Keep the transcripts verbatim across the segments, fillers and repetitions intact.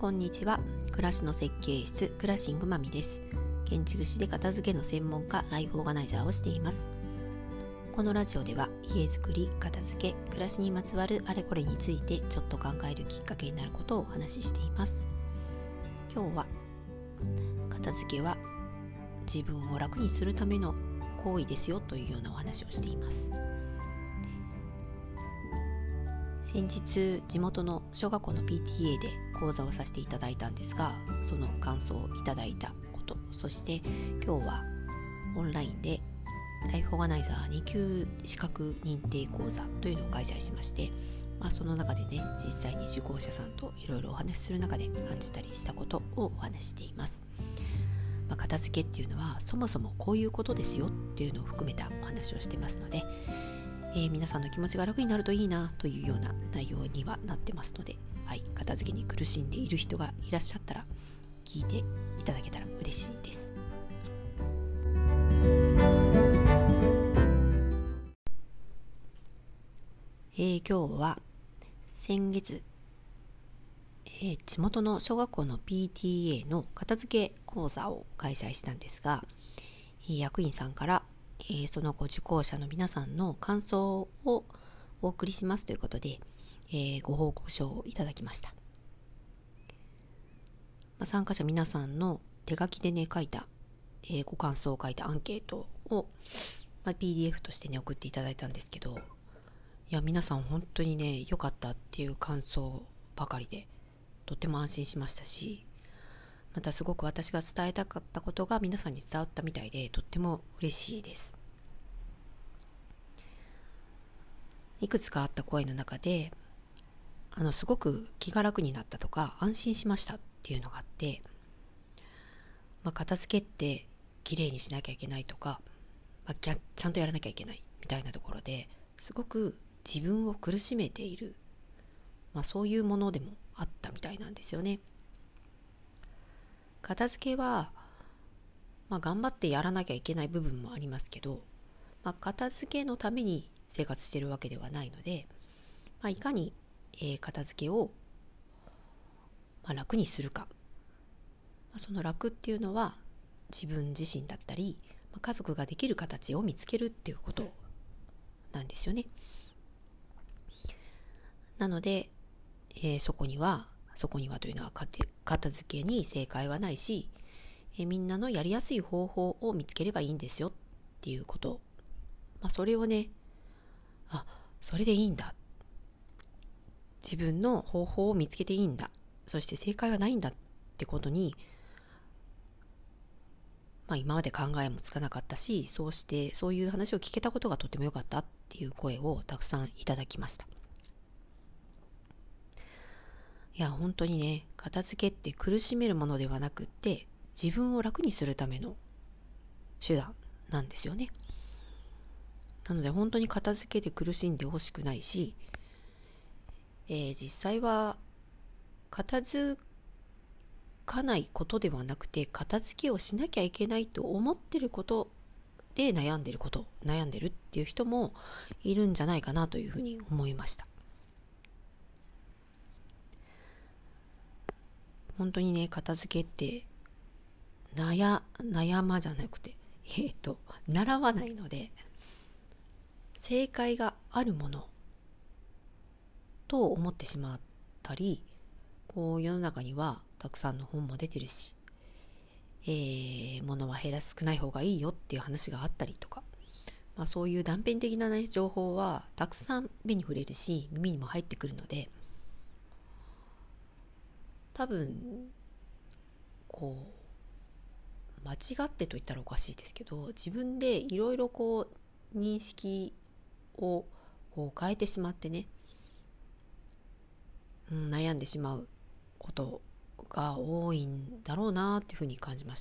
こんにちは。暮らしの設計室クラシングまみです。建築士で片付けの専門家、ライフオーガナイザーをしています。このラジオでは家づくり、片付け、暮らしにまつわるあれこれについてちょっと考えるきっかけになることをお話ししています。今日は片付けは自分を楽にするための行為ですよというようなお話をしています。先日地元の小学校の ピーティーエー で講座をさせていただいたんですが、その感想をいただいたこと、そして今日はオンラインでライフオーガナイザーに級資格認定講座というのを開催しまして、まあ、その中でね、実際に受講者さんといろいろお話しする中で感じたりしたことをお話ししています。まあ、片付けっていうのはそもそもこういうことですよっていうのを含めたお話をしてますので、えー、皆さんの気持ちが楽になるといいなというような内容にはなってますので、はい、片付けに苦しんでいる人がいらっしゃったら聞いていただけたら嬉しいです。えー、今日は先月、えー、地元の小学校の ピーティーエー の片付け講座を開催したんですが、えー、役員さんからえー、そのご受講者の皆さんの感想をお送りしますということで、えー、ご報告書をいただきました。まあ、参加者皆さんの手書きでね書いた、えー、ご感想を書いたアンケートを、まあ、ピーディーエフ としてね送っていただいたんですけど、いや皆さん本当にね良かったっていう感想ばかりでとっても安心しましたし、またすごく私が伝えたかったことが皆さんに伝わったみたいでとっても嬉しいです。いくつかあった声の中で、あのすごく気が楽になったとか安心しましたっていうのがあって、まあ、片付けってきれいにしなきゃいけないとか、まあ、ちゃんとやらなきゃいけないみたいなところですごく自分を苦しめている、まあ、そういうものでもあったみたいなんですよね。片付けは、まあ、頑張ってやらなきゃいけない部分もありますけど、まあ、片付けのために生活しているわけではないので、まあ、いかに、えー、片付けを、まあ、楽にするか、まあ、その楽っていうのは自分自身だったり、まあ、家族ができる形を見つけるっていうことなんですよね。なので、えー、そこにはそこにはというのは片付けに正解はないし、えー、みんなのやりやすい方法を見つければいいんですよっていうこと、まあ、それをね、あ、それでいいんだ、自分の方法を見つけていいんだ、そして正解はないんだってことに、まあ、今まで考えもつかなかったし、そうしてそういう話を聞けたことがとても良かったっていう声をたくさんいただきました。いや本当にね、片付けって苦しめるものではなくって、自分を楽にするための手段なんですよね。なので本当に片付けで苦しんでほしくないし、えー、実際は片付かないことではなくて、片付けをしなきゃいけないと思ってることで悩んでること悩んでるっていう人もいるんじゃないかなというふうに思いました。本当にね、片付けって悩悩まじゃなくてえっ、ー、と習わないので、正解があるものと思ってしまったり、こう世の中にはたくさんの本も出てるし、えー、物は減らす少ない方がいいよっていう話があったりとか、まあ、そういう断片的な、ね、情報はたくさん目に触れるし耳にも入ってくるので、多分こう間違ってと言ったらおかしいですけど、自分でいろいろこう認識をこう変えてしまってね、うん、悩んでしまうことが多いんだろうなっていうふうに感じました。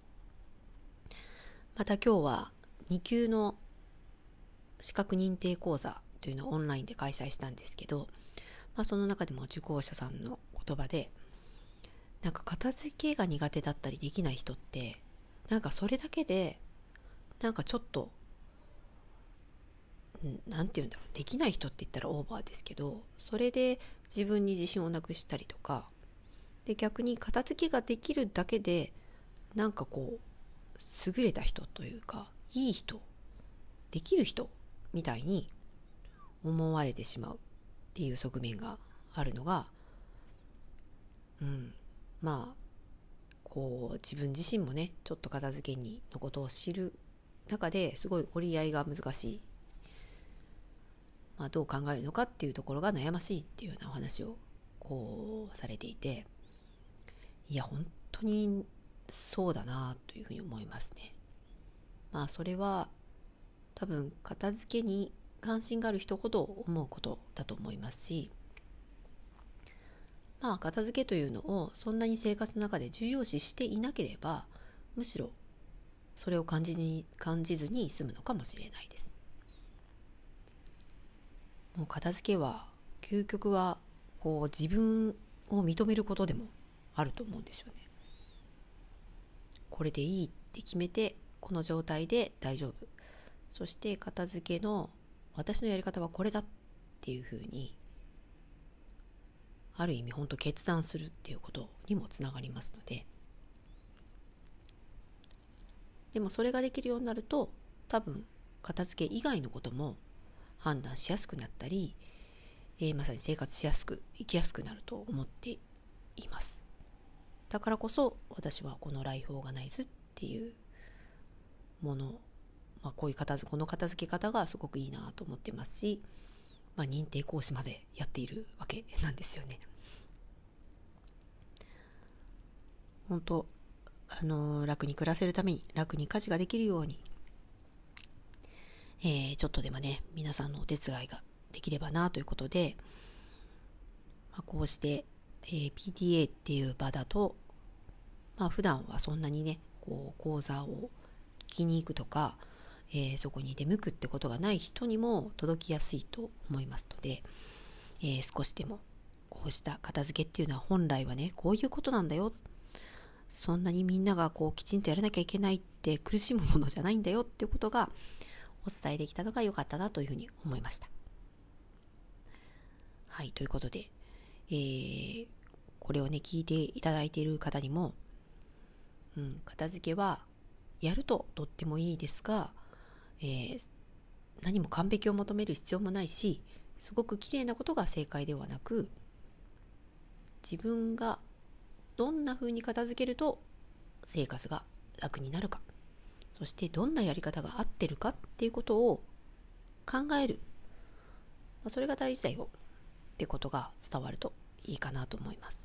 また今日はに級の資格認定講座というのをオンラインで開催したんですけど、まあ、その中でも受講者さんの言葉で、なんか片付けが苦手だったりできない人って、なんかそれだけでなんかちょっとなんていうんだろう、できない人って言ったらオーバーですけど、それで自分に自信をなくしたりとか、 で逆に片付けができるだけでなんかこう優れた人というかいい人、できる人みたいに思われてしまうっていう側面があるのが、うん、まあこう自分自身もねちょっと片付けにのことを知る中ですごい折り合いが難しい、まあ、どう考えるのかっていうところが悩ましいっていうようなお話をこうされていて、いや本当にそうだなというふうに思いますね。まあそれは多分片付けに関心がある人ほど思うことだと思いますし、まあ片付けというのをそんなに生活の中で重要視していなければ、むしろそれを感じに感じずに済むのかもしれないです。もう片付けは究極はこう自分を認めることでもあると思うんですよね。これでいいって決めてこの状態で大丈夫、そして片付けの私のやり方はこれだっていうふうにある意味本当決断するっていうことにもつながりますので、でもそれができるようになると多分片付け以外のことも判断しやすくなったり、えー、まさに生活しやすく生きやすくなると思っています。だからこそ私はこのライフオーガナイズっていうもの、まあ、こういう片付この片付け方がすごくいいなと思ってますし、まあ、認定講師までやっているわけなんですよね。本当あのー、楽に暮らせるために楽に家事ができるように、えー、ちょっとでもね皆さんのお手伝いができればなということで、まあ、こうして、えー、ピーティーエー っていう場だと、まあ、普段はそんなにねこう講座を聞きに行くとか、えー、そこに出向くってことがない人にも届きやすいと思いますので、えー、少しでもこうした片付けっていうのは本来はねこういうことなんだよ、そんなにみんながこうきちんとやらなきゃいけないって苦しむものじゃないんだよっていうことがお伝えできたのが良かったなというふうに思いました。はい、ということで、えー、これをね聞いていただいている方にも、うん、片付けはやるととってもいいですが、えー、何も完璧を求める必要もないし、すごく綺麗なことが正解ではなく、自分がどんな風に片付けると生活が楽になるか、そしてどんなやり方が合ってるかっていうことを考える、まあ、それが大事だよってことが伝わるといいかなと思います。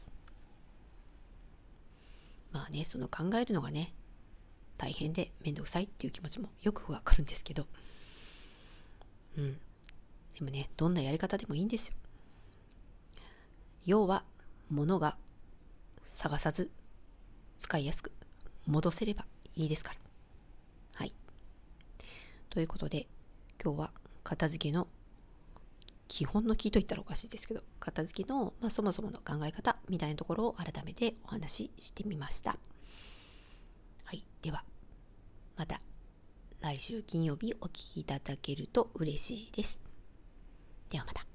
まあね、その考えるのがね大変でめんどくさいっていう気持ちもよくわかるんですけど、うん、でもねどんなやり方でもいいんですよ。要は物が探さず使いやすく戻せればいいですから。はい。ということで今日は片付けの基本のキーといったらおかしいですけど、片付けの、まあ、そもそもの考え方みたいなところを改めてお話ししてみました。はい。ではまた来週金曜日お聞きいただけると嬉しいです。ではまた。